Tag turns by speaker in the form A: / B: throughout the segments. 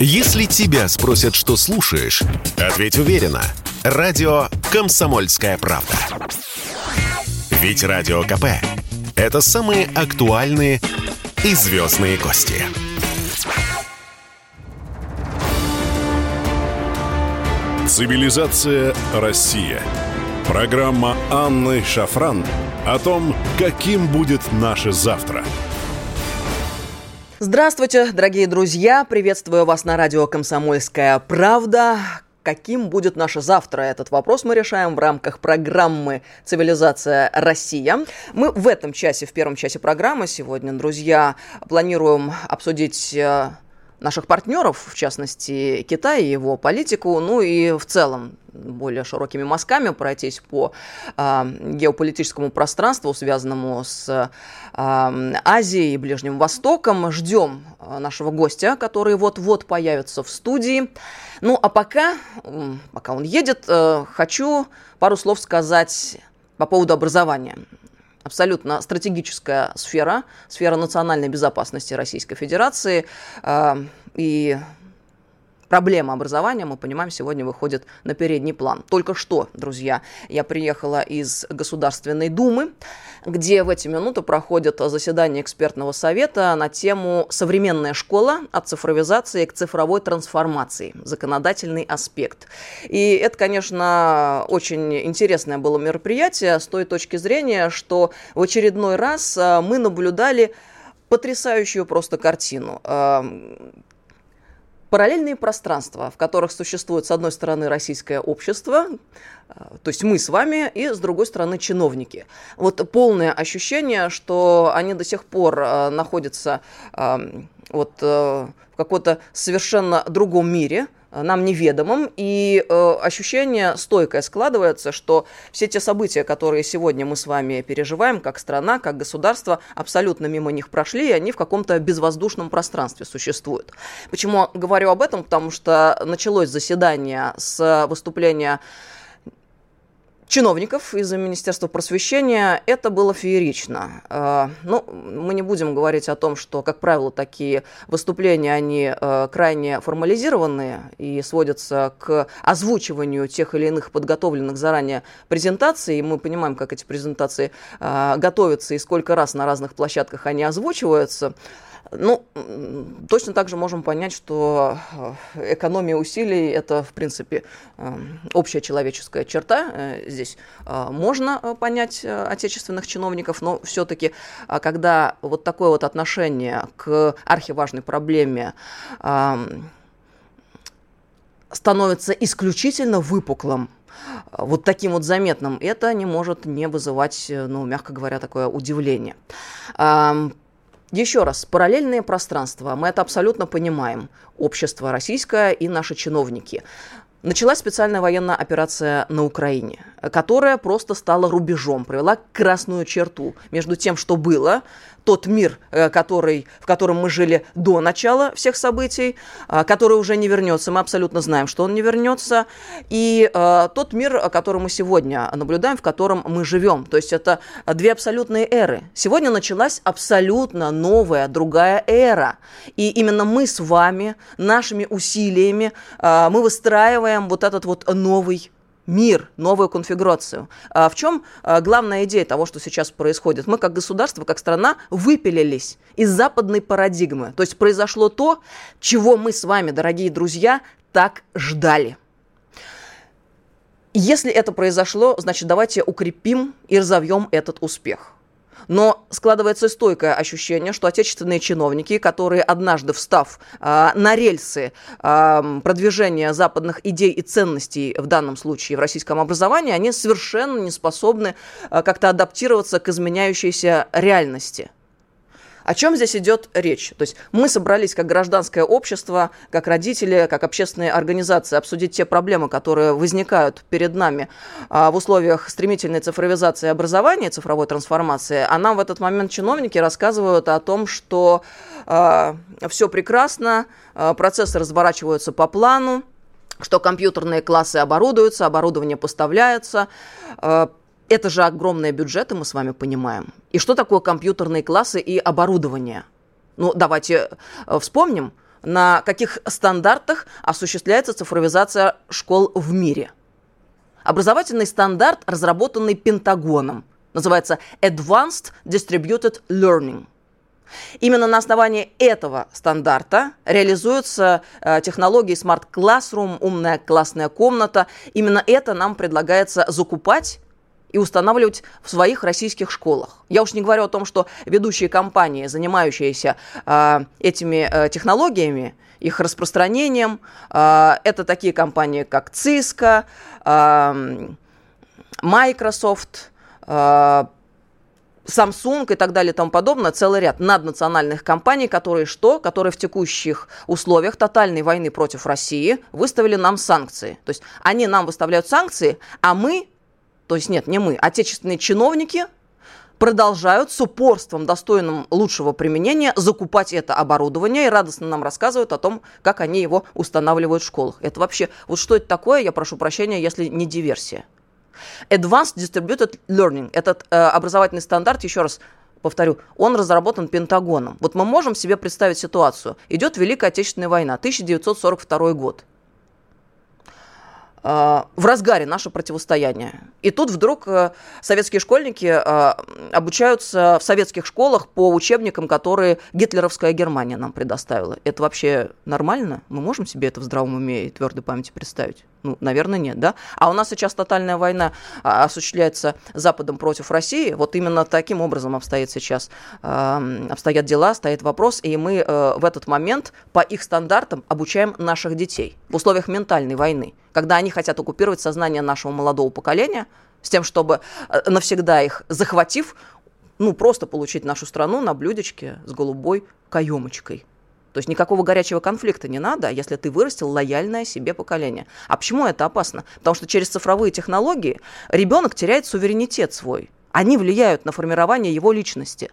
A: Если тебя спросят, что слушаешь, ответь уверенно. Радио «Комсомольская правда». Ведь Радио КП – это самые актуальные и звездные гости. Цивилизация Россия. Программа Анны Шафран о том, каким будет наше завтра.
B: Здравствуйте, дорогие друзья! Приветствую вас на радио «Комсомольская правда». Каким будет наше завтра? Этот вопрос мы решаем в рамках программы «Цивилизация Россия». Мы в этом часе, в первом часе программы сегодня, друзья, планируем обсудить наших партнеров, в частности, Китай и его политику, ну и в целом более широкими мазками пройтись по геополитическому пространству, связанному с Азией и Ближним Востоком. Ждем нашего гостя, который вот-вот появится в студии. Ну, а пока он едет, хочу пару слов сказать по поводу образования. Абсолютно стратегическая сфера национальной безопасности Российской Федерации. И проблема образования, мы понимаем, сегодня выходит на передний план. Только что, друзья, я приехала из Государственной Думы, где в эти минуты проходит заседание экспертного совета на тему «Современная школа. От цифровизации к цифровой трансформации. Законодательный аспект». И это, конечно, очень интересное было мероприятие с той точки зрения, что в очередной раз мы наблюдали потрясающую просто картину. Параллельные пространства, в которых существует, с одной стороны, российское общество, то есть мы с вами, и с другой стороны, чиновники. Вот полное ощущение, что они до сих пор находятся в каком-то совершенно другом мире, нам неведомым, и ощущение стойкое складывается, что все те события, которые сегодня мы с вами переживаем, как страна, как государство, абсолютно мимо них прошли, и они в каком-то безвоздушном пространстве существуют. Почему говорю об этом? Потому что началось заседание с выступления чиновников из Министерства просвещения. Это было феерично. Мы не будем говорить о том, что, как правило, такие выступления, они крайне формализированные и сводятся к озвучиванию тех или иных подготовленных заранее презентаций. И мы понимаем, как эти презентации готовятся и сколько раз на разных площадках они озвучиваются. Точно так же можем понять, что экономия усилий – это, в принципе, общая человеческая черта. Здесь можно понять отечественных чиновников, но все-таки, когда вот такое вот отношение к архиважной проблеме становится исключительно выпуклым, вот таким вот заметным, это не может не вызывать, мягко говоря, такое удивление. Еще раз, параллельные пространства, мы это абсолютно понимаем, общество российское и наши чиновники. Началась специальная военная операция на Украине, которая просто стала рубежом, провела красную черту между тем, что было, тот мир, в котором мы жили до начала всех событий, который уже не вернется, мы абсолютно знаем, что он не вернется, и тот мир, который мы сегодня наблюдаем, в котором мы живем. То есть это две абсолютные эры. Сегодня началась абсолютно новая, другая эра. И именно мы с вами, нашими усилиями, мы выстраиваем вот этот вот новый мир, новую конфигурацию. В чем главная идея того, что сейчас происходит? Мы как государство, как страна выпилились из западной парадигмы. То есть произошло то, чего мы с вами, дорогие друзья, так ждали. Если это произошло, значит, давайте укрепим и разовьем этот успех. Но складывается стойкое ощущение, что отечественные чиновники, которые, однажды встав на рельсы продвижения западных идей и ценностей, в данном случае в российском образовании, они совершенно не способны как-то адаптироваться к изменяющейся реальности. О чем здесь идет речь? То есть мы собрались как гражданское общество, как родители, как общественные организации обсудить те проблемы, которые возникают перед нами в условиях стремительной цифровизации образования, цифровой трансформации, а нам в этот момент чиновники рассказывают о том, что все прекрасно, процессы разворачиваются по плану, что компьютерные классы оборудуются, оборудование поставляется. Это же огромные бюджеты, мы с вами понимаем. И что такое компьютерные классы и оборудование? Ну, давайте вспомним. на каких стандартах осуществляется цифровизация школ в мире. Образовательный стандарт, разработанный Пентагоном, называется Advanced Distributed Learning. Именно на основании этого стандарта реализуются технологии Smart Classroom, умная классная комната. Именно это нам предлагается закупать и устанавливать в своих российских школах. Я уж не говорю о том, что ведущие компании, занимающиеся этими технологиями, их распространением, это такие компании, как Cisco, Microsoft, Samsung и так далее и тому подобное, целый ряд наднациональных компаний, которые в текущих условиях тотальной войны против России выставили нам санкции. То есть они нам выставляют санкции, а мы, то есть нет, не мы, отечественные чиновники продолжают с упорством, достойным лучшего применения, закупать это оборудование и радостно нам рассказывают о том, как они его устанавливают в школах. Это вообще, вот что это такое, я прошу прощения, если не диверсия. Advanced Distributed Learning, этот образовательный стандарт, еще раз повторю, он разработан Пентагоном. Вот мы можем себе представить ситуацию. Идет Великая Отечественная война, 1942 год. В разгаре наше противостояние. И тут вдруг советские школьники обучаются в советских школах по учебникам, которые гитлеровская Германия нам предоставила. Это вообще нормально? Мы можем себе это в здравом уме и твердой памяти представить? Ну, наверное, нет, да? А у нас сейчас тотальная война осуществляется Западом против России. Вот именно таким образом обстоят дела, стоит вопрос. И мы в этот момент по их стандартам обучаем наших детей в условиях ментальной войны, когда они хотят оккупировать сознание нашего молодого поколения с тем, чтобы навсегда их захватив, просто получить нашу страну на блюдечке с голубой каемочкой. То есть никакого горячего конфликта не надо, если ты вырастил лояльное себе поколение. А почему это опасно? Потому что через цифровые технологии ребенок теряет суверенитет свой. Они влияют на формирование его личности.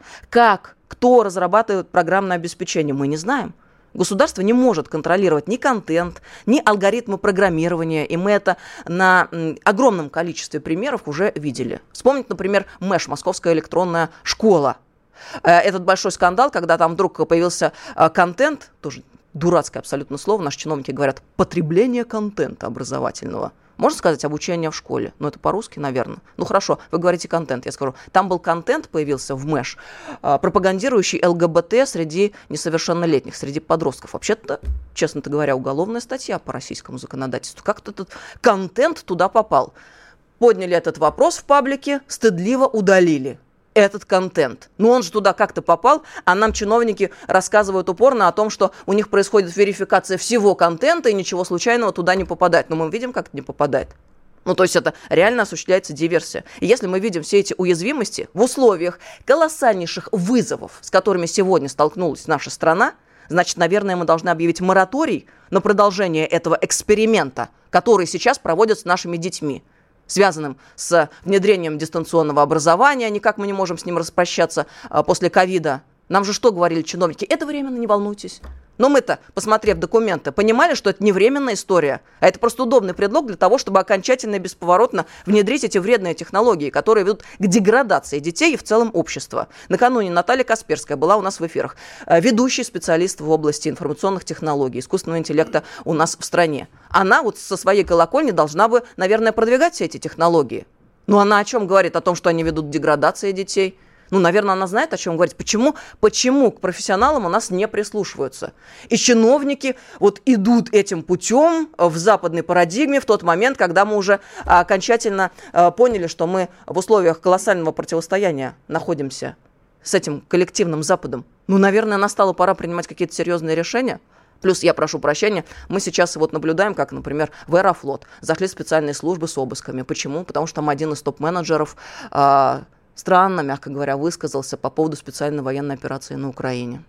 B: Как, кто разрабатывает программное обеспечение, мы не знаем. Государство не может контролировать ни контент, ни алгоритмы программирования, и мы это на огромном количестве примеров уже видели. Вспомнить, например, МЭШ, Московская электронная школа. Этот большой скандал, когда там вдруг появился контент, тоже дурацкое абсолютно слово, наши чиновники говорят, потребление контента образовательного. Можно сказать обучение в школе? Это по-русски, наверное. Хорошо, вы говорите контент, я скажу. Там был контент, появился в МЭШ, пропагандирующий ЛГБТ среди несовершеннолетних, среди подростков. Вообще-то, честно говоря, уголовная статья по российскому законодательству. Как этот контент туда попал? Подняли этот вопрос в паблике, стыдливо удалили этот контент. Он же туда как-то попал, а нам чиновники рассказывают упорно о том, что у них происходит верификация всего контента, и ничего случайного туда не попадает. Но мы видим, как это не попадает. То есть это реально осуществляется диверсия. И если мы видим все эти уязвимости в условиях колоссальнейших вызовов, с которыми сегодня столкнулась наша страна, значит, наверное, мы должны объявить мораторий на продолжение этого эксперимента, который сейчас проводят с нашими детьми, связанным с внедрением дистанционного образования, никак мы не можем с ним распрощаться после ковида. Нам же что говорили чиновники? Это временно, не волнуйтесь. Но мы-то, посмотрев документы, понимали, что это не временная история, а это просто удобный предлог для того, чтобы окончательно и бесповоротно внедрить эти вредные технологии, которые ведут к деградации детей и в целом общества. Накануне Наталья Касперская была у нас в эфирах, ведущий специалист в области информационных технологий, искусственного интеллекта у нас в стране. Она со своей колокольни должна бы, наверное, продвигать все эти технологии. Она о чем говорит? О том, что они ведут к деградации детей? Наверное, она знает, о чем говорить. Почему к профессионалам у нас не прислушиваются? И чиновники идут этим путем в западной парадигме в тот момент, когда мы уже окончательно поняли, что мы в условиях колоссального противостояния находимся с этим коллективным Западом. Наверное, настала пора принимать какие-то серьезные решения. Плюс, я прошу прощения, мы сейчас наблюдаем, как, например, в Аэрофлот зашли специальные службы с обысками. Почему? Потому что там один из топ-менеджеров странно, мягко говоря, высказался по поводу специальной военной операции на Украине.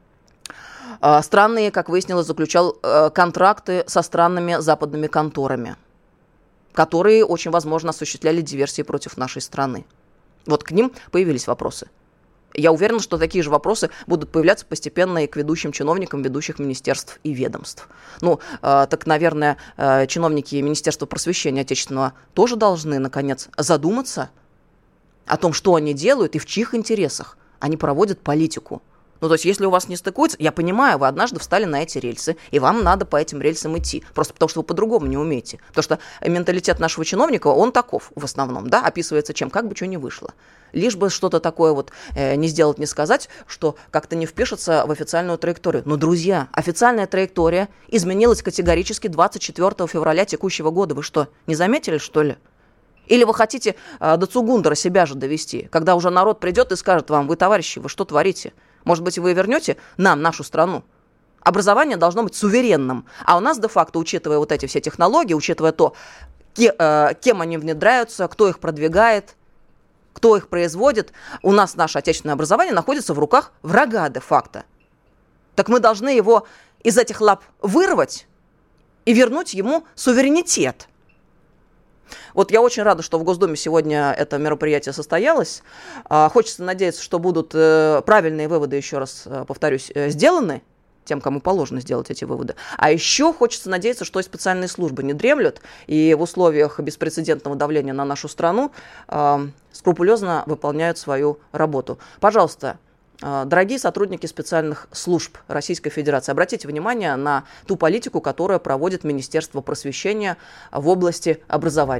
B: Странные, как выяснилось, заключал контракты со странными западными конторами, которые, очень возможно, осуществляли диверсии против нашей страны. К ним появились вопросы. Я уверена, что такие же вопросы будут появляться постепенно и к ведущим чиновникам ведущих министерств и ведомств. Так, наверное, чиновники Министерства просвещения Отечественного тоже должны, наконец, задуматься о том, что они делают и в чьих интересах они проводят политику. Ну, то есть, если у вас не стыкуется, я понимаю, вы однажды встали на эти рельсы, и вам надо по этим рельсам идти, просто потому что вы по-другому не умеете. Потому что менталитет нашего чиновника, он таков в основном, да, описывается чем? Как бы что ни вышло. Лишь бы что-то такое вот не сделать, не сказать, что как-то не впишется в официальную траекторию. Но, друзья, официальная траектория изменилась категорически 24 февраля текущего года. Вы что, не заметили, что ли? Или вы хотите до Цугундера себя же довести, когда уже народ придет и скажет вам: вы, товарищи, вы что творите? Может быть, вы вернете нам нашу страну? Образование должно быть суверенным. А у нас де-факто, учитывая вот эти все технологии, учитывая то, кем они внедряются, кто их продвигает, кто их производит, у нас наше отечественное образование находится в руках врага де-факто. Так мы должны его из этих лап вырвать и вернуть ему суверенитет. Вот я очень рада, что в Госдуме сегодня это мероприятие состоялось. Хочется надеяться, что будут правильные выводы, еще раз повторюсь, сделаны тем, кому положено сделать эти выводы. А еще хочется надеяться, что и специальные службы не дремлют и в условиях беспрецедентного давления на нашу страну скрупулезно выполняют свою работу. Пожалуйста, дорогие сотрудники специальных служб Российской Федерации, обратите внимание на ту политику, которую проводит Министерство просвещения в области образования.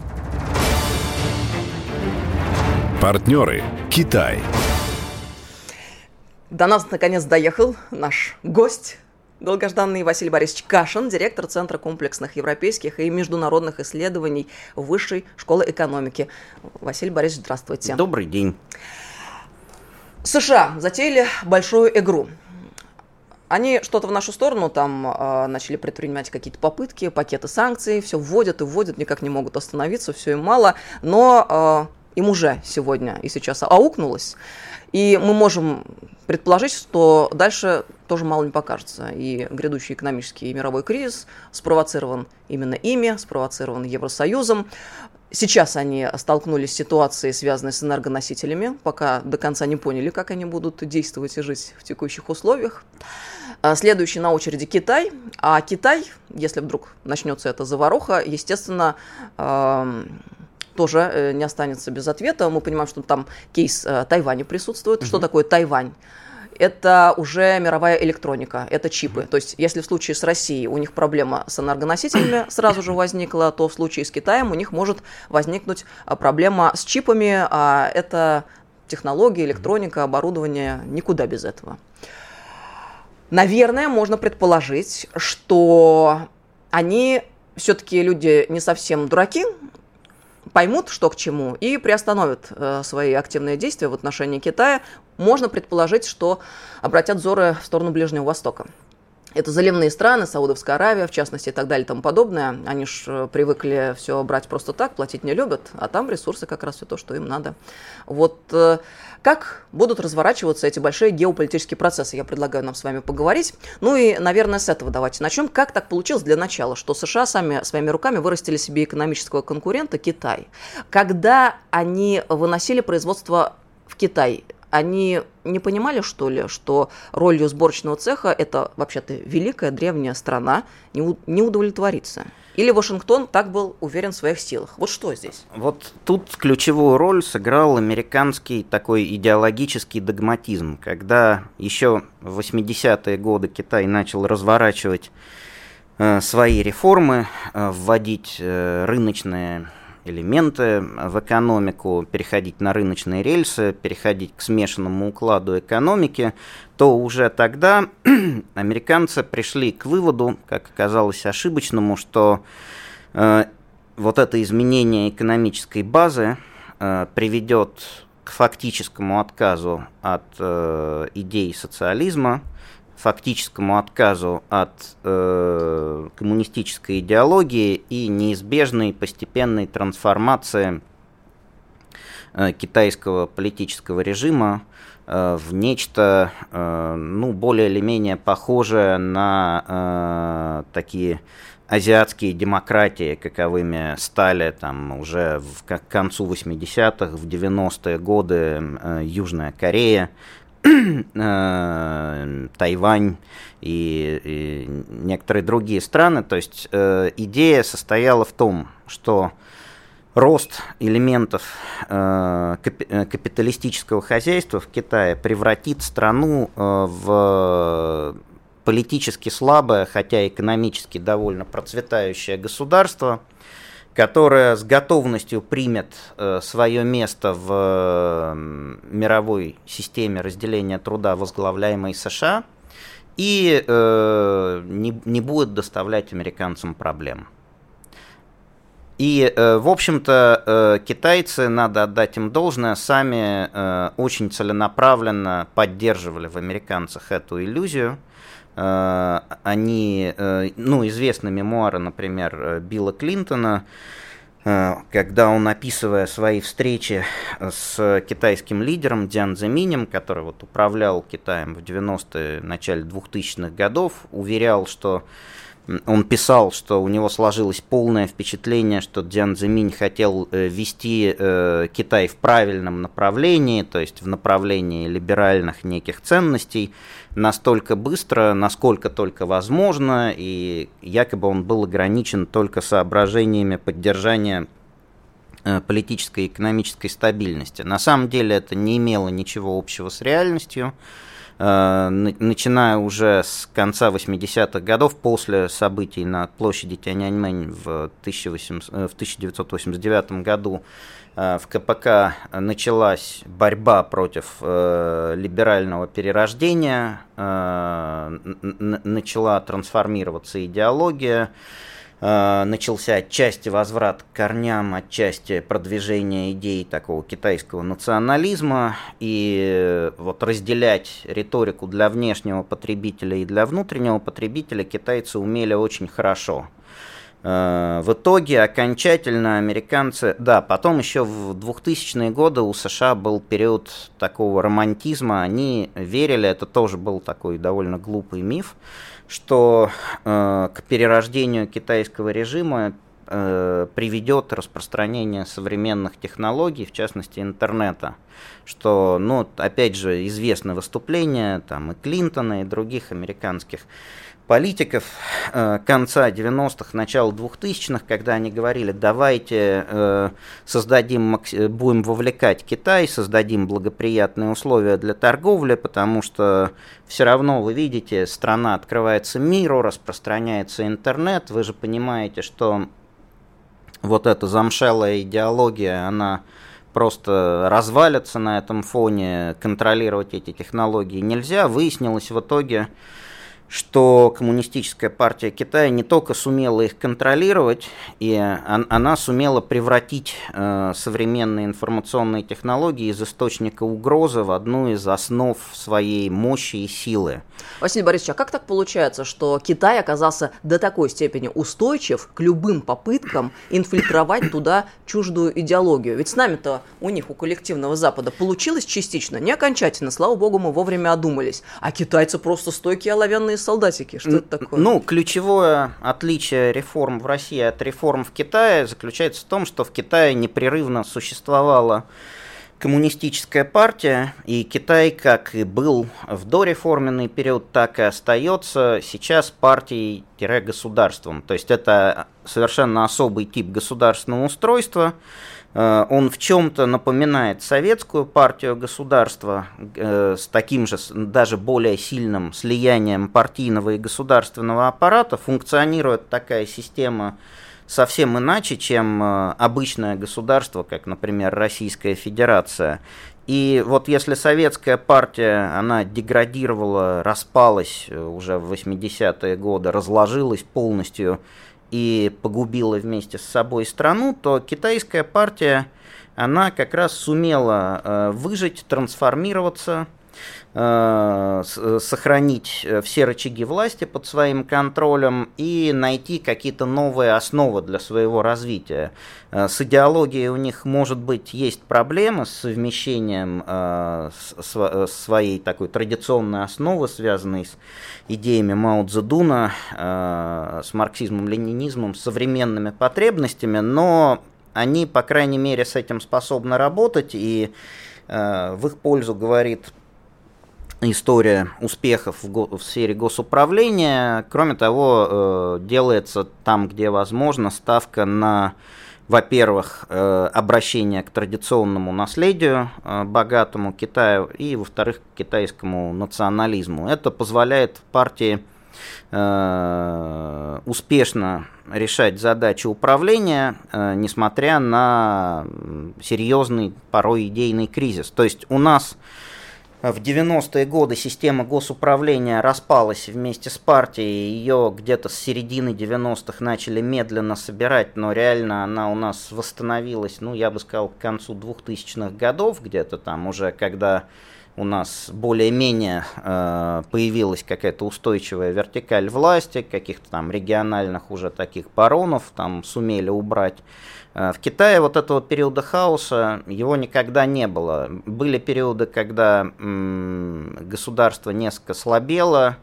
A: Партнеры. Китай.
B: До нас наконец доехал наш гость, долгожданный Василий Борисович Кашин, директор Центра комплексных европейских и международных исследований Высшей школы экономики. Василий Борисович, здравствуйте.
C: Добрый день.
B: США затеяли большую игру. Они что-то в нашу сторону там начали предпринимать какие-то попытки, пакеты санкций, все вводят и вводят, никак не могут остановиться, все им мало, но им уже сегодня и сейчас аукнулось. И мы можем предположить, что дальше тоже мало не покажется. И грядущий экономический и мировой кризис спровоцирован именно ими, спровоцирован Евросоюзом. Сейчас они столкнулись с ситуацией, связанной с энергоносителями, пока до конца не поняли, как они будут действовать и жить в текущих условиях. Следующий на очереди Китай. А Китай, если вдруг начнется эта заваруха, естественно, тоже не останется без ответа. Мы понимаем, что там кейс Тайваня присутствует. Что такое Тайвань? Это уже мировая электроника, это чипы. То есть, если в случае с Россией у них проблема с энергоносителями сразу же возникла, то в случае с Китаем у них может возникнуть проблема с чипами, а это технологии, электроника, оборудование, никуда без этого. Наверное, можно предположить, что они все-таки люди не совсем дураки, поймут, что к чему, и приостановят свои активные действия в отношении Китая. Можно предположить, что обратят взоры в сторону Ближнего Востока. Это заливные страны, Саудовская Аравия, в частности, и так далее и тому подобное. Они ж привыкли все брать просто так, платить не любят, а там ресурсы как раз все то, что им надо. Вот как будут разворачиваться эти большие геополитические процессы, я предлагаю нам с вами поговорить. Ну и, наверное, с этого давайте начнем. Как так получилось для начала, что США сами своими руками вырастили себе экономического конкурента Китай? Когда они выносили производство в Китай, они не понимали, что ли, что ролью сборочного цеха это вообще-то великая древняя страна не удовлетворится? Или Вашингтон так был уверен в своих силах? Вот что здесь?
C: Вот тут ключевую роль сыграл американский такой идеологический догматизм, когда еще в 80-е годы Китай начал разворачивать свои реформы, вводить рыночные элементы в экономику, переходить на рыночные рельсы, переходить к смешанному укладу экономики, то уже тогда американцы пришли к выводу, как оказалось ошибочному, что вот это изменение экономической базы приведет к фактическому отказу от идей социализма, фактическому отказу от коммунистической идеологии и неизбежной постепенной трансформации китайского политического режима в нечто более или менее похожее на такие азиатские демократии, каковыми стали там уже к концу 80-х, в 90-е годы Южная Корея, Тайвань и некоторые другие страны. То есть идея состояла в том, что рост элементов капиталистического хозяйства в Китае превратит страну в политически слабое, хотя экономически довольно процветающее государство, которое с готовностью примет свое место в мировой системе разделения труда, возглавляемой США, и не будет доставлять американцам проблем. И, в общем-то, китайцы, надо отдать им должное, сами очень целенаправленно поддерживали в американцах эту иллюзию. Они, известны мемуары, например, Билла Клинтона, когда он, описывая свои встречи с китайским лидером Дзян Цзэминем, который вот управлял Китаем в 90-е, начале 2000-х годов, уверял, что он писал, что у него сложилось полное впечатление, что Дзян Цзэминь хотел вести Китай в правильном направлении, то есть в направлении либеральных неких ценностей, настолько быстро, насколько только возможно, и якобы он был ограничен только соображениями поддержания политической и экономической стабильности. На самом деле это не имело ничего общего с реальностью. Начиная уже с конца 80-х годов, после событий на площади Тяньаньмэнь в 1989 году, в КПК началась борьба против либерального перерождения, начала трансформироваться идеология, начался отчасти возврат к корням, отчасти продвижение идей такого китайского национализма, и вот разделять риторику для внешнего потребителя и для внутреннего потребителя китайцы умели очень хорошо. В итоге окончательно американцы, потом еще в 2000-е годы у США был период такого романтизма, они верили, это тоже был такой довольно глупый миф, что к перерождению китайского режима приведет распространение современных технологий, в частности интернета, что, опять же, известны выступления там, и Клинтона, и других американских политиков конца 90-х, начала 2000-х, когда они говорили, давайте будем вовлекать Китай, создадим благоприятные условия для торговли, потому что все равно, вы видите, страна открывается миру, распространяется интернет, вы же понимаете, что вот эта замшелая идеология, она просто развалится на этом фоне, контролировать эти технологии нельзя. Выяснилось в итоге, что Коммунистическая партия Китая не только сумела их контролировать, и она сумела превратить современные информационные технологии из источника угрозы в одну из основ своей мощи и силы.
B: Василий Борисович, а как так получается, что Китай оказался до такой степени устойчив к любым попыткам инфильтровать туда чуждую идеологию? Ведь с нами-то у них, у коллективного Запада, получилось частично, не окончательно, слава богу, мы вовремя одумались, а китайцы просто стойкие оловянные солдатики. Что это такое?
C: Ключевое отличие реформ в России от реформ в Китае заключается в том, что в Китае непрерывно существовала коммунистическая партия, и Китай, как и был в дореформенный период, так и остается сейчас партией-государством. То есть это совершенно особый тип государственного устройства. Он в чем-то напоминает советскую партию государства с таким же, даже более сильным слиянием партийного и государственного аппарата. Функционирует такая система совсем иначе, чем обычное государство, как, например, Российская Федерация. И вот если советская партия, она деградировала, распалась уже в 80-е годы, разложилась полностью и погубила вместе с собой страну, то китайская партия, она как раз сумела выжить, трансформироваться, сохранить все рычаги власти под своим контролем и найти какие-то новые основы для своего развития. С идеологией у них, может быть, есть проблемы с совмещением своей такой традиционной основы, связанной с идеями Мао Цзэдуна, с марксизмом, ленинизмом, с современными потребностями, но они, по крайней мере, с этим способны работать, и в их пользу говорит история успехов в сфере госуправления. Кроме того, делается там, где возможно, ставка на во-первых, обращение к традиционному наследию богатому Китаю, и, во-вторых, к китайскому национализму. Это позволяет партии успешно решать задачи управления, несмотря на серьезный, порой идейный кризис. То есть у нас в 90-е годы система госуправления распалась вместе с партией, ее где-то с середины 90-х начали медленно собирать, но реально она у нас восстановилась, я бы сказал, к концу 2000-х годов, где-то там уже, когда у нас более-менее появилась какая-то устойчивая вертикаль власти, каких-то там региональных уже таких баронов там сумели убрать. В Китае вот этого периода хаоса, его никогда не было. Были периоды, когда государство несколько слабело,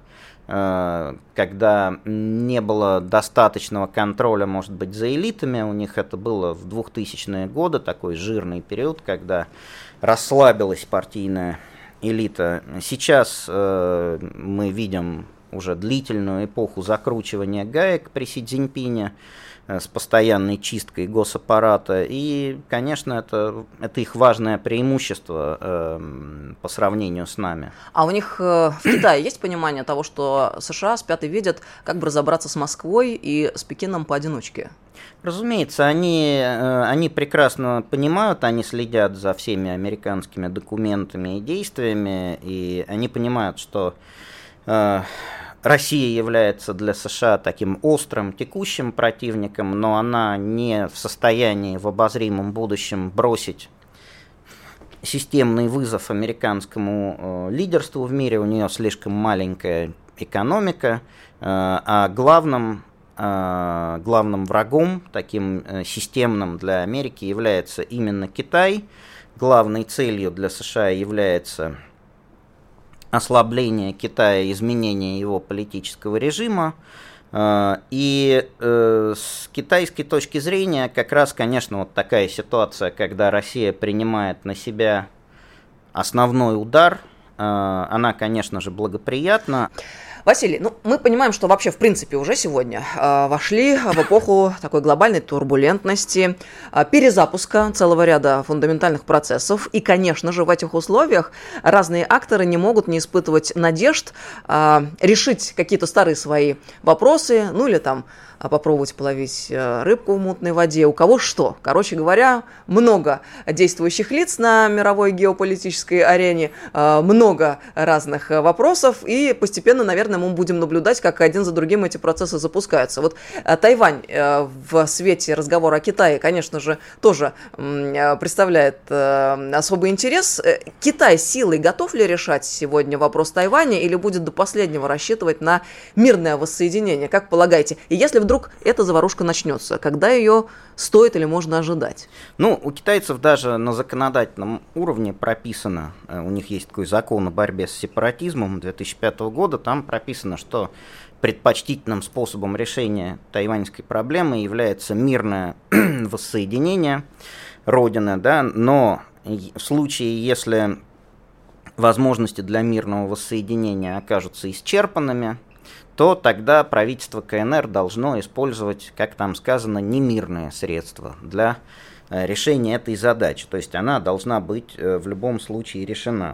C: когда не было достаточного контроля, может быть, за элитами. У них это было в 2000-е годы, такой жирный период, когда расслабилась партийная элита. Сейчас мы видим уже длительную эпоху закручивания гаек при Си Цзиньпине с постоянной чисткой госаппарата. И, конечно, это их важное преимущество по сравнению с нами.
B: А у них в Китае есть понимание того, что США спят и видят, как бы разобраться с Москвой и с Пекином поодиночке?
C: Разумеется, они прекрасно понимают, они следят за всеми американскими документами и действиями, и они понимают, что Россия является для США таким острым текущим противником, но она не в состоянии в обозримом будущем бросить системный вызов американскому лидерству в мире. У нее слишком маленькая экономика, а главным врагом, таким системным для Америки, является именно Китай. Главной целью для США является ослабление Китая, изменение его политического режима. И с китайской точки зрения как раз, конечно, вот такая ситуация, когда Россия принимает на себя основной удар, она, конечно же, благоприятна.
B: Василий, мы понимаем, что вообще в принципе уже сегодня вошли в эпоху такой глобальной турбулентности, перезапуска целого ряда фундаментальных процессов. И, конечно же, в этих условиях разные акторы не могут не испытывать надежд решить какие-то старые свои вопросы, или там попробовать половить рыбку в мутной воде. У кого что. Короче говоря, много действующих лиц на мировой геополитической арене, много разных вопросов, и постепенно, наверное, мы будем наблюдать, как один за другим эти процессы запускаются. Вот Тайвань в свете разговора о Китае, конечно же, тоже представляет особый интерес. Китай силой готов ли решать сегодня вопрос Тайваня или будет до последнего рассчитывать на мирное воссоединение? Как полагаете? И если вдруг эта заварушка начнется, когда ее стоит или можно ожидать?
C: У китайцев даже на законодательном уровне прописано, у них есть такой закон о борьбе с сепаратизмом 2005 года, там прописано, что предпочтительным способом решения тайваньской проблемы является мирное воссоединение родины, но в случае, если возможности для мирного воссоединения окажутся исчерпанными, то тогда правительство КНР должно использовать, как там сказано, немирные средства для решения этой задачи. То есть она должна быть в любом случае решена.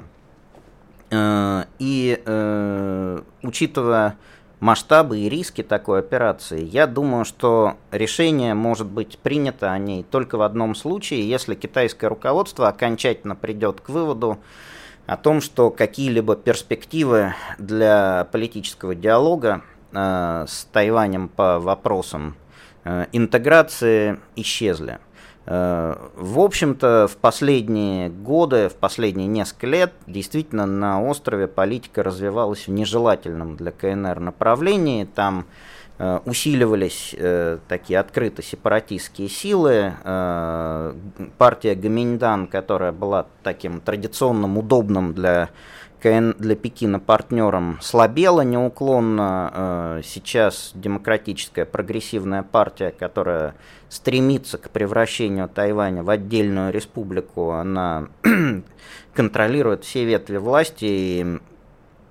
C: И учитывая масштабы и риски такой операции, я думаю, что решение может быть принято о ней только в одном случае, если китайское руководство окончательно придет к выводу о том, что какие-либо перспективы для политического диалога с Тайванем по вопросам интеграции исчезли. В общем-то, в последние годы, в последние несколько лет, действительно на острове политика развивалась в нежелательном для КНР направлении. Там усиливались такие открыто сепаратистские силы. Партия Гоминьдан, которая была таким традиционным, удобным для Пекина партнером, слабела неуклонно. Сейчас демократическая прогрессивная партия, которая стремится к превращению Тайваня в отдельную республику, она контролирует все ветви власти. И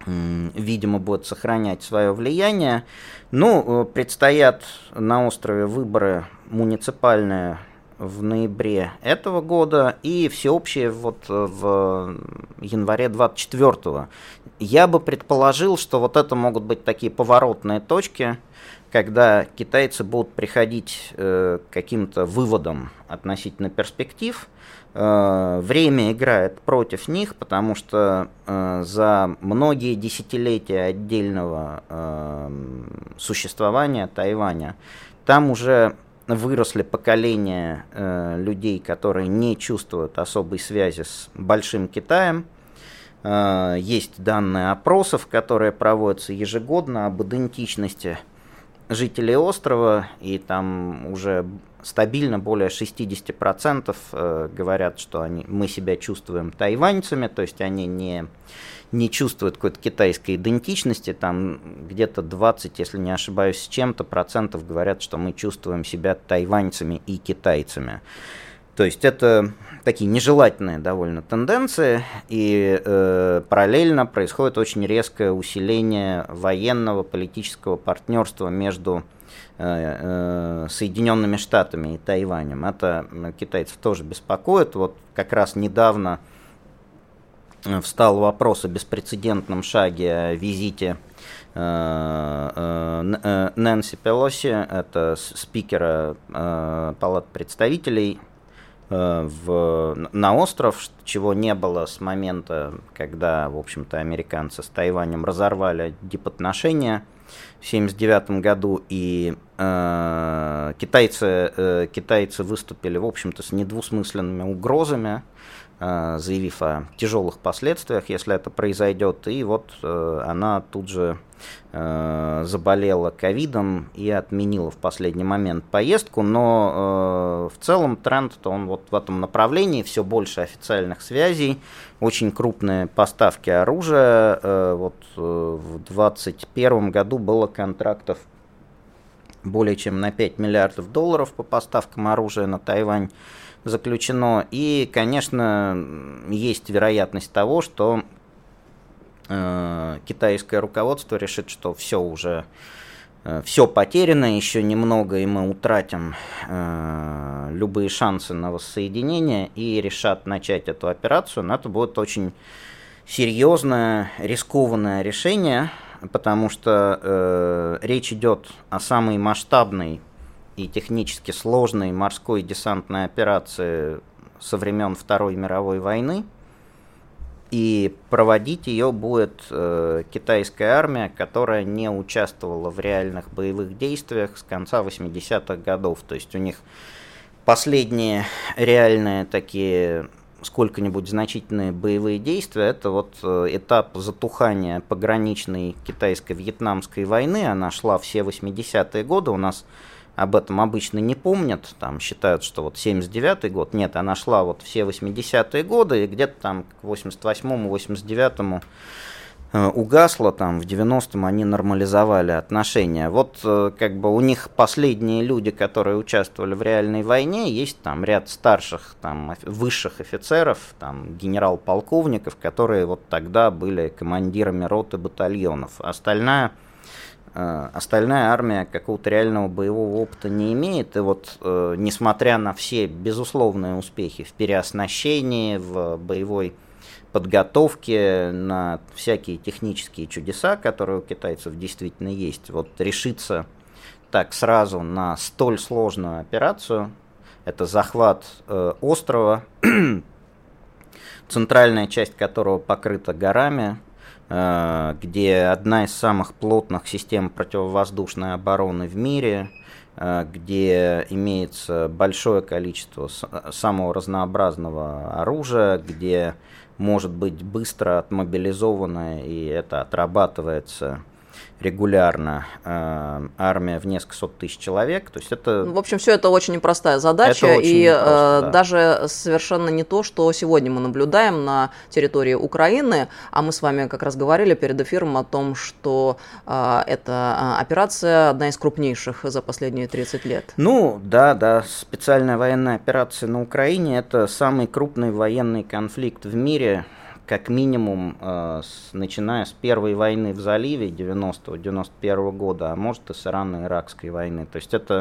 C: видимо, будет сохранять свое влияние. Ну, предстоят на острове выборы муниципальные в ноябре этого года и всеобщие вот в январе 24-го. Я бы предположил, что вот это могут быть такие поворотные точки, когда китайцы будут приходить к каким-то выводам относительно перспектив. Время играет против них, потому что за многие десятилетия отдельного существования Тайваня там уже выросли поколения людей, которые не чувствуют особой связи с Большим Китаем. Есть данные опросов, которые проводятся ежегодно об идентичности жителей острова, и там уже стабильно более 60% говорят, что мы себя чувствуем тайваньцами, то есть они не чувствуют какой-то китайской идентичности, там где-то 20, если не ошибаюсь, с чем-то процентов говорят, что мы чувствуем себя тайваньцами и китайцами. То есть это такие нежелательные довольно тенденции, и параллельно происходит очень резкое усиление военного политического партнерства между Соединенными Штатами и Тайванем. Это китайцев тоже беспокоит. Вот как раз недавно встал вопрос о беспрецедентном шаге, о визите Нэнси Пелоси, это спикера Палаты представителей, на остров, чего не было с момента, когда, в общем-то, американцы с Тайванем разорвали дипотношения в 1979 году, и китайцы выступили, в общем-то, с недвусмысленными угрозами, заявив о тяжелых последствиях, если это произойдет. И вот она тут же заболела ковидом и отменила в последний момент поездку, но в целом тренд-то он вот в этом направлении, все больше официальных связей, очень крупные поставки оружия. Вот в 2021 году было контрактов более чем на $5 миллиардов по поставкам оружия на Тайвань заключено. И, конечно, есть вероятность того, что китайское руководство решит, что все уже все потеряно, еще немного, и мы утратим любые шансы на воссоединение, и решат начать эту операцию. Но это будет очень серьезное, рискованное решение, потому что речь идет о самой масштабной и технически сложной морской десантной операции со времен Второй мировой войны. И проводить ее будет китайская армия, которая не участвовала в реальных боевых действиях с конца 80-х годов. То есть у них последние реальные такие сколько-нибудь значительные боевые действия, это вот этап затухания пограничной китайско-вьетнамской войны. Она шла все 80-е годы, у нас об этом обычно не помнят, там считают, что вот 79-й год, нет, она шла вот все 80-е годы, и где-то там к 88-му, 89-му угасла, там в 90-м они нормализовали отношения. Вот как бы у них последние люди, которые участвовали в реальной войне, есть там ряд старших, там высших офицеров, там генерал-полковников, которые вот тогда были командирами рот и батальонов. Остальная армия какого-то реального боевого опыта не имеет, и вот несмотря на все безусловные успехи в переоснащении, в боевой подготовке, на всякие технические чудеса, которые у китайцев действительно есть, вот решиться так сразу на столь сложную операцию, это захват острова, центральная часть которого покрыта горами, где одна из самых плотных систем противовоздушной обороны в мире, где имеется большое количество самого разнообразного оружия, где может быть быстро отмобилизована, и это отрабатывается регулярно, армия в несколько сот тысяч человек. То есть это... В общем, все это очень непростая задача, и непросто, да. Даже совершенно не то, что сегодня мы наблюдаем на территории Украины, а мы с вами как раз говорили перед эфиром о том, что эта операция одна из крупнейших за последние 30 лет. Ну, да, специальная военная операция на Украине – это самый крупный военный конфликт в мире, как минимум, начиная с первой войны в заливе 90-91 года, а может и с Ирано-Иракской войны. То есть это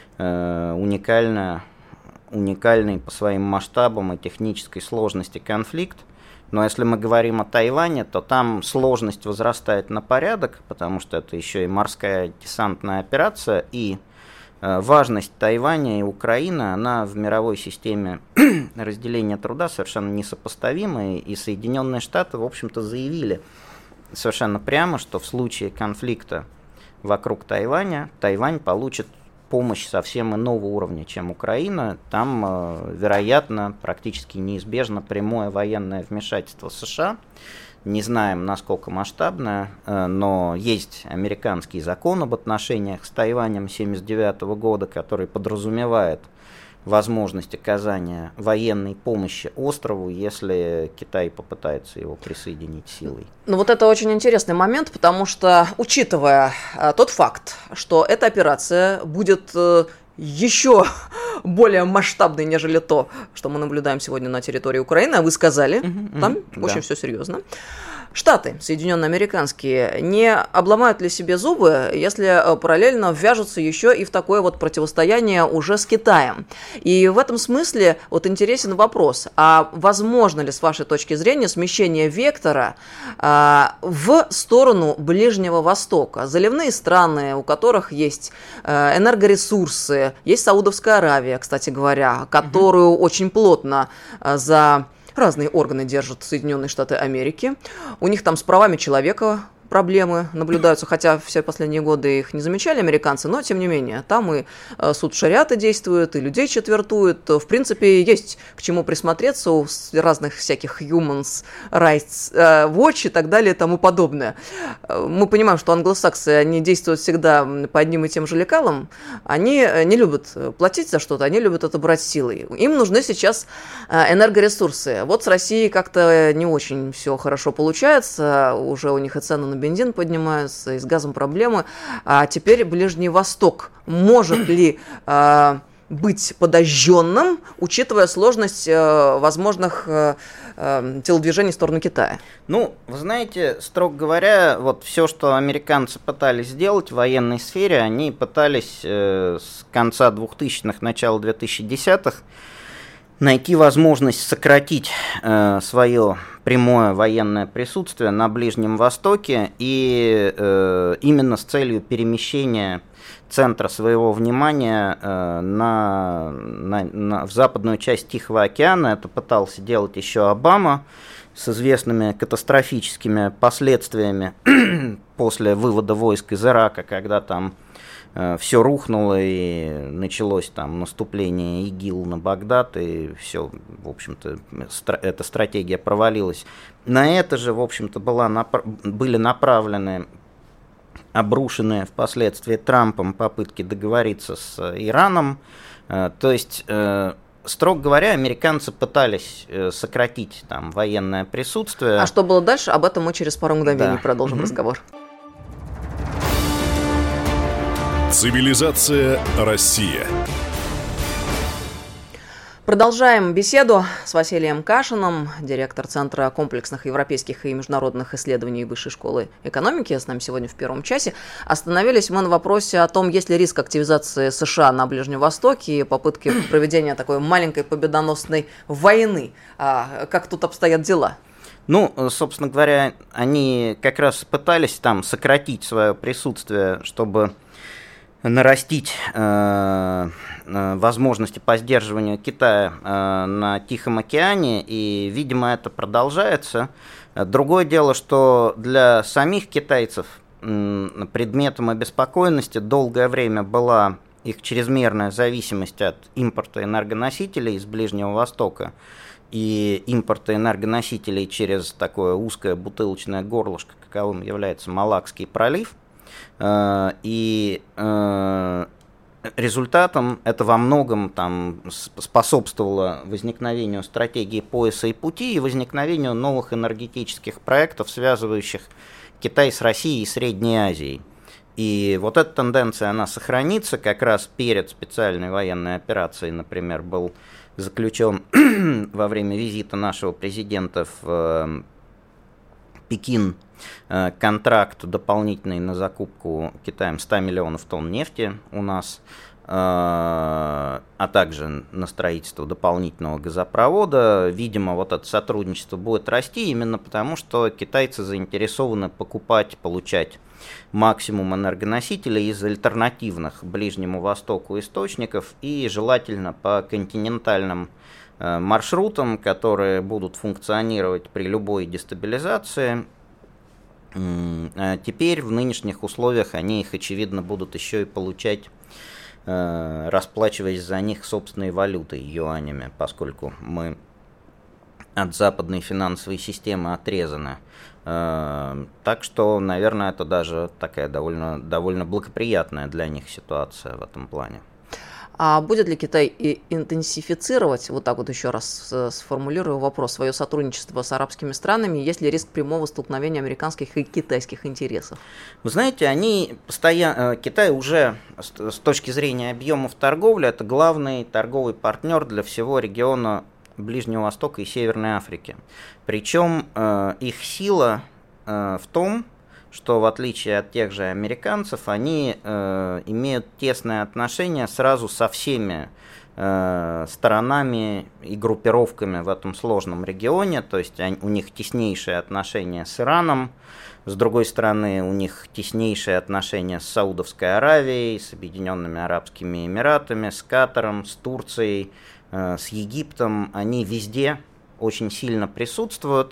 C: уникальный по своим масштабам и технической сложности конфликт. Но если мы говорим о Тайване, то там сложность возрастает на порядок, потому что это еще и морская десантная операция, и важность Тайваня и Украины, она в мировой системе разделения труда совершенно несопоставима, и Соединенные Штаты, в общем-то, заявили совершенно прямо, что в случае конфликта вокруг Тайваня, Тайвань получит помощь совсем иного уровня, чем Украина. Там, вероятно, практически неизбежно прямое военное вмешательство США. Не знаем, насколько масштабное, но есть американский закон об отношениях с Тайванем 1979 года, который подразумевает возможность оказания военной помощи острову, если Китай попытается его присоединить силой.
B: Ну вот это очень интересный момент, потому что, учитывая тот факт, что эта операция будет еще более масштабной, нежели то, что мы наблюдаем сегодня на территории Украины, а вы сказали, там очень все серьезно. Штаты, соединенно-американские, не обломают ли себе зубы, если параллельно ввяжутся еще и в такое вот противостояние уже с Китаем? И в этом смысле вот интересен вопрос, а возможно ли с вашей точки зрения смещение вектора в сторону Ближнего Востока? Заливные страны, у которых есть энергоресурсы, есть Саудовская Аравия, кстати говоря, которую очень плотно за разные органы держат Соединенные Штаты Америки. У них там с правами человека проблемы наблюдаются, хотя все последние годы их не замечали американцы, но тем не менее, там и суд шариата действует, и людей четвертуют. В принципе, есть к чему присмотреться у разных всяких human rights watch и так далее и тому подобное. Мы понимаем, что англосаксы, они действуют всегда по одним и тем же лекалам, они не любят платить за что-то, они любят это брать силой. Им нужны сейчас энергоресурсы. Вот с Россией как-то не очень все хорошо получается, уже у них и цены на бензин поднимаются, и с газом проблемы. А теперь Ближний Восток может ли быть подожженным, учитывая сложность возможных телодвижений в сторону Китая?
C: Ну, вы знаете, строго говоря, вот все, что американцы пытались сделать в военной сфере, они пытались с конца 2000-х, начала 2010-х найти возможность сократить свое прямое военное присутствие на Ближнем Востоке и именно с целью перемещения центра своего внимания в западную часть Тихого океана. Это пытался делать еще Обама с известными катастрофическими последствиями после вывода войск из Ирака, когда там все рухнуло и началось там наступление ИГИЛ на Багдад, и все, в общем-то, эта стратегия провалилась. На это же, в общем-то, были направлены обрушенные впоследствии Трампом попытки договориться с Ираном. То есть, строго говоря, американцы пытались сократить там военное присутствие.
B: А что было дальше, об этом мы через пару мгновений продолжим разговор.
A: Цивилизация Россия.
B: Продолжаем беседу с Василием Кашиным, директор Центра комплексных европейских и международных исследований Высшей школы экономики. С нами сегодня в первом часе. Остановились мы на вопросе о том, есть ли риск активизации США на Ближнем Востоке и попытки проведения такой маленькой победоносной войны. Как тут обстоят дела?
C: Ну, собственно говоря, они как раз пытались там сократить свое присутствие, чтобы нарастить возможности по сдерживанию Китая на Тихом океане, и, видимо, это продолжается. Другое дело, что для самих китайцев предметом обеспокоенности долгое время была их чрезмерная зависимость от импорта энергоносителей из Ближнего Востока и импорта энергоносителей через такое узкое бутылочное горлышко, каковым является Малакский пролив. И результатом это во многом там способствовало возникновению стратегии пояса и пути и возникновению новых энергетических проектов, связывающих Китай с Россией и Средней Азией. И вот эта тенденция, она сохранится. Как раз перед специальной военной операцией, например, был заключен во время визита нашего президента в Пекин контракт дополнительный на закупку Китаем 100 миллионов тонн нефти у нас, а также на строительство дополнительного газопровода. Видимо, вот это сотрудничество будет расти именно потому, что китайцы заинтересованы покупать, получать максимум энергоносителей из альтернативных Ближнему Востоку источников и желательно по континентальным маршрутам, которые будут функционировать при любой дестабилизации. Теперь в нынешних условиях они их, очевидно, будут еще и получать, расплачиваясь за них собственной валютой, юанями, поскольку мы от западной финансовой системы отрезаны. Так что, наверное, это даже такая довольно благоприятная для них ситуация в этом плане.
B: А будет ли Китай интенсифицировать, вот так вот еще раз сформулирую вопрос, свое сотрудничество с арабскими странами, есть ли риск прямого столкновения американских и китайских интересов?
C: Вы знаете, Китай уже с точки зрения объемов торговли, это главный торговый партнер для всего региона Ближнего Востока и Северной Африки. Причем их сила в том, что в отличие от тех же американцев, они имеют тесные отношения сразу со всеми сторонами и группировками в этом сложном регионе, то есть у них теснейшие отношения с Ираном, с другой стороны у них теснейшие отношения с Саудовской Аравией, с Объединенными Арабскими Эмиратами, с Катаром, с Турцией, с Египтом, они везде очень сильно присутствуют.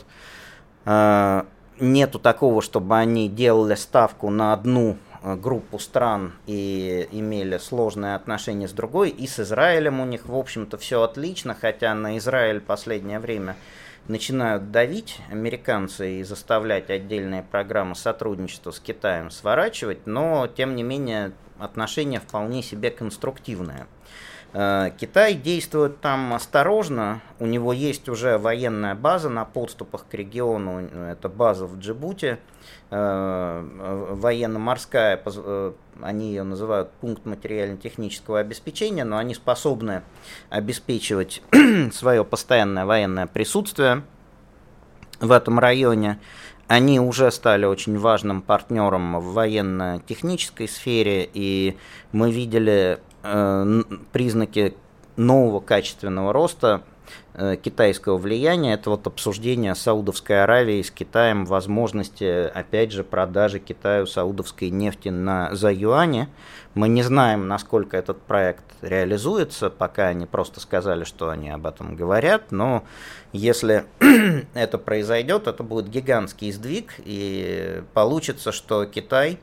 C: Нету такого, чтобы они делали ставку на одну группу стран и имели сложные отношения с другой. И с Израилем у них, в общем-то, все отлично, хотя на Израиль в последнее время начинают давить американцы и заставлять отдельные программы сотрудничества с Китаем сворачивать, но, тем не менее, отношения вполне себе конструктивные. Китай действует там осторожно, у него есть уже военная база на подступах к региону, это база в Джибути, военно-морская, они ее называют пункт материально-технического обеспечения, но они способны обеспечивать свое постоянное военное присутствие в этом районе. Они уже стали очень важным партнером в военно-технической сфере, и мы видели признаки нового качественного роста китайского влияния. Это вот обсуждение Саудовской Аравии с Китаем, возможности, опять же, продажи Китаю саудовской нефти за юани. Мы не знаем, насколько этот проект реализуется, пока они просто сказали, что они об этом говорят, но если это произойдет, это будет гигантский сдвиг, и получится, что Китай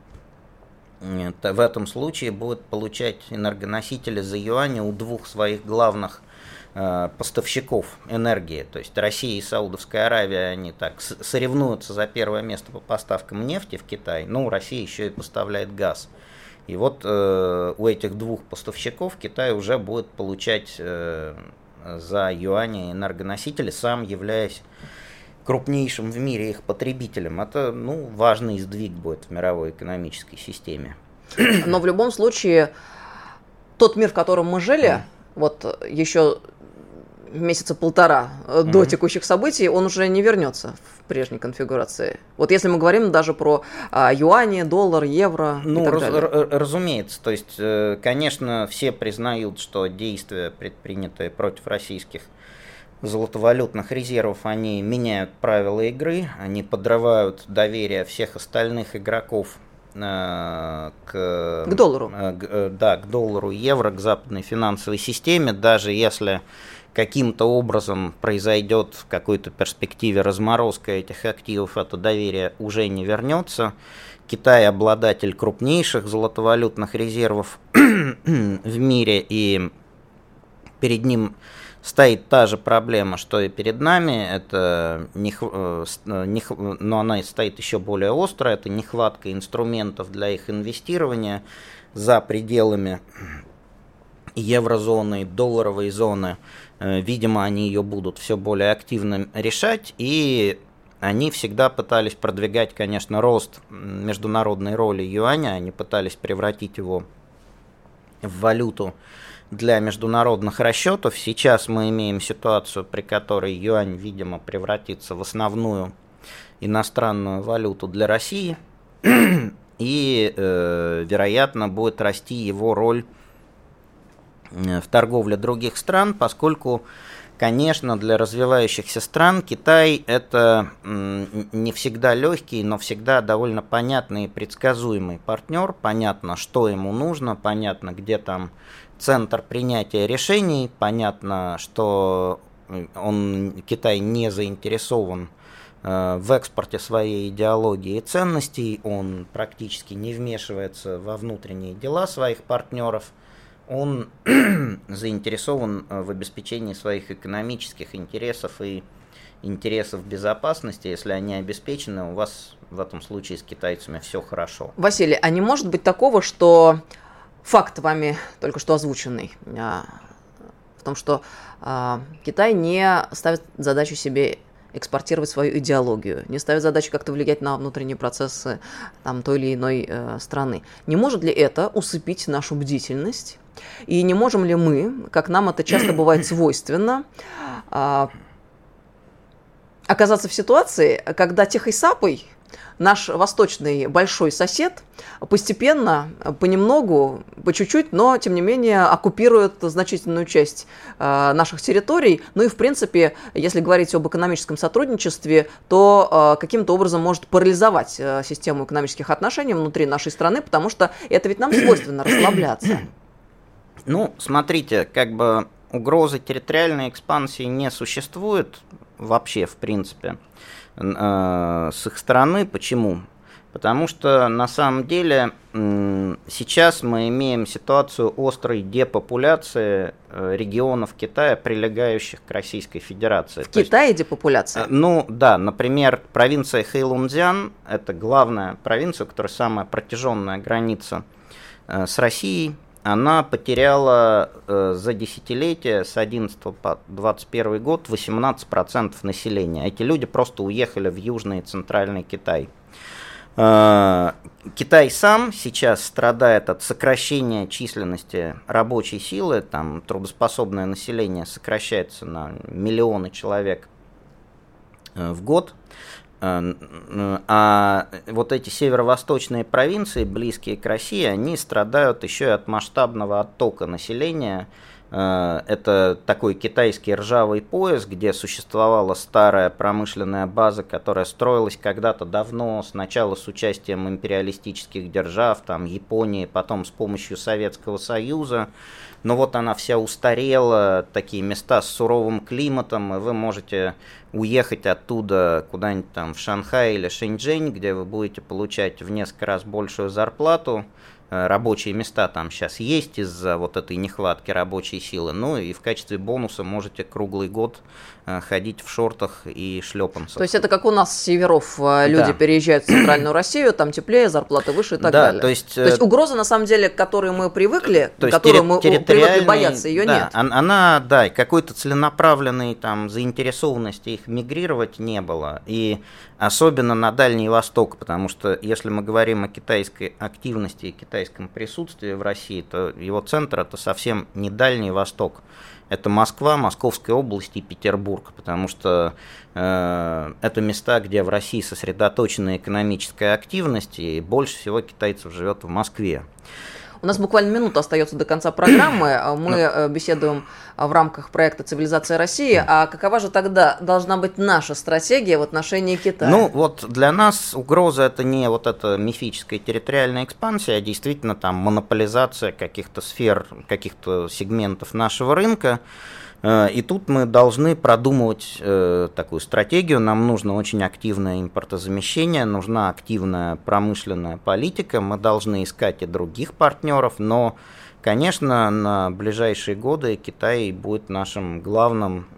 C: в этом случае будет получать энергоносители за юани у двух своих главных поставщиков энергии. То есть Россия и Саудовская Аравия, они так соревнуются за первое место по поставкам нефти в Китай, но Россия еще и поставляет газ. И вот у этих двух поставщиков Китай уже будет получать за юани энергоносители, сам являясь крупнейшим в мире их потребителем. Это важный сдвиг будет в мировой экономической системе.
B: Но в любом случае, тот мир, в котором мы жили, вот еще месяца полтора до текущих событий, он уже не вернется в прежней конфигурации. Вот если мы говорим даже про юани, доллар, евро и так далее.
C: Разумеется. То есть, конечно, все признают, что действия, предпринятые против российских золотовалютных резервов, они меняют правила игры, они подрывают доверие всех остальных игроков к
B: доллару.
C: К доллару, евро, к западной финансовой системе, даже если каким-то образом произойдет в какой-то перспективе разморозка этих активов, это доверие уже не вернется. Китай обладатель крупнейших золотовалютных резервов в мире, и перед ним стоит та же проблема, что и перед нами, но она стоит еще более острая, это нехватка инструментов для их инвестирования за пределами еврозоны, долларовой зоны. Видимо, они ее будут все более активно решать, и они всегда пытались продвигать, конечно, рост международной роли юаня, они пытались превратить его в валюту для международных расчетов. Сейчас мы имеем ситуацию, при которой юань, видимо, превратится в основную иностранную валюту для России, и, вероятно, будет расти его роль в торговле других стран, поскольку, конечно, для развивающихся стран Китай – это не всегда легкий, но всегда довольно понятный и предсказуемый партнер. Понятно, что ему нужно, понятно, где там центр принятия решений, понятно, что Китай не заинтересован в экспорте своей идеологии и ценностей, он практически не вмешивается во внутренние дела своих партнеров. Он заинтересован в обеспечении своих экономических интересов и интересов безопасности. Если они обеспечены, у вас в этом случае с китайцами все хорошо.
B: Василий, а не может быть такого, что факт вами только что озвученный, в том, что Китай не ставит задачу себе экспортировать свою идеологию, не ставит задачу как-то влиять на внутренние процессы там, той или иной страны. Не может ли это усыпить нашу бдительность? И не можем ли мы, как нам это часто бывает свойственно, оказаться в ситуации, когда тихой сапой наш восточный большой сосед постепенно, понемногу, по чуть-чуть, но, тем не менее, оккупирует значительную часть наших территорий. Ну и, в принципе, если говорить об экономическом сотрудничестве, то каким-то образом может парализовать систему экономических отношений внутри нашей страны, потому что это ведь нам свойственно расслабляться.
C: Ну, смотрите, как бы угрозы территориальной экспансии не существует вообще, в принципе, с их стороны. Почему? Потому что на самом деле сейчас мы имеем ситуацию острой депопуляции регионов Китая, прилегающих к Российской Федерации.
B: В Китае депопуляция?
C: Ну да, например, провинция Хэйлунцзян – это главная провинция, которая самая протяженная граница с Россией. Она потеряла за десятилетие с 11 по 21 год 18% населения. Эти люди просто уехали в Южный и Центральный Китай. Китай сам сейчас страдает от сокращения численности рабочей силы. Там трудоспособное население сокращается на миллионы человек в год. А вот эти северо-восточные провинции, близкие к России, они страдают еще и от масштабного оттока населения. Это такой китайский ржавый пояс, где существовала старая промышленная база, которая строилась когда-то давно, сначала с участием империалистических держав, там Японии, потом с помощью Советского Союза. Но вот она вся устарела, такие места с суровым климатом, и вы можете уехать оттуда куда-нибудь там в Шанхай или Шэньчжэнь, где вы будете получать в несколько раз большую зарплату. Рабочие места там сейчас есть из-за вот этой нехватки рабочей силы. Ну и в качестве бонуса можете круглый год ходить в шортах и шлепанцах.
B: То есть это как у нас с северов люди переезжают в центральную Россию, там теплее, зарплаты выше и так далее. То есть угроза, на самом деле, к которой мы привыкли, к которой мы привыкли бояться, ее нет.
C: Она, да, какой-то целенаправленной там заинтересованности их мигрировать не было. И особенно на Дальний Восток, потому что если мы говорим о китайской активности и китайском присутствии в России, то его центр – это совсем не Дальний Восток. Это Москва, Московская область и Петербург, потому что это места, где в России сосредоточена экономическая активность, и больше всего китайцев живет в Москве.
B: У нас буквально минута остается до конца программы. Мы беседуем в рамках проекта «Цивилизация России». А какова же тогда должна быть наша стратегия в отношении Китая?
C: Ну, вот для нас угроза – это не вот эта мифическая территориальная экспансия, а действительно там монополизация каких-то сфер, каких-то сегментов нашего рынка. И тут мы должны продумывать такую стратегию. Нам нужно очень активное импортозамещение, нужна активная промышленная политика. Мы должны искать и других партнеров, но, конечно, на ближайшие годы Китай будет нашим главным,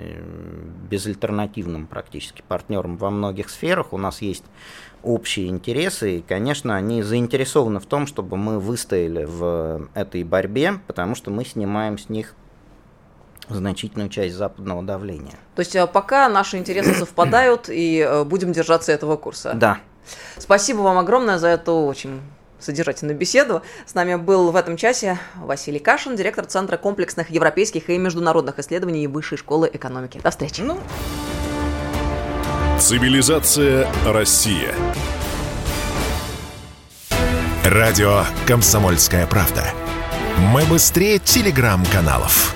C: безальтернативным практически партнером во многих сферах. У нас есть общие интересы, и, конечно, они заинтересованы в том, чтобы мы выстояли в этой борьбе, потому что мы снимаем с них значительную часть западного давления.
B: То есть пока наши интересы совпадают, и будем держаться этого курса.
C: Да.
B: Спасибо вам огромное за эту очень содержательную беседу. С нами был в этом часе Василий Кашин, директор Центра комплексных европейских и международных исследований Высшей школы экономики. До встречи.
A: Цивилизация Россия. Радио «Комсомольская правда». Мы быстрее телеграм-каналов.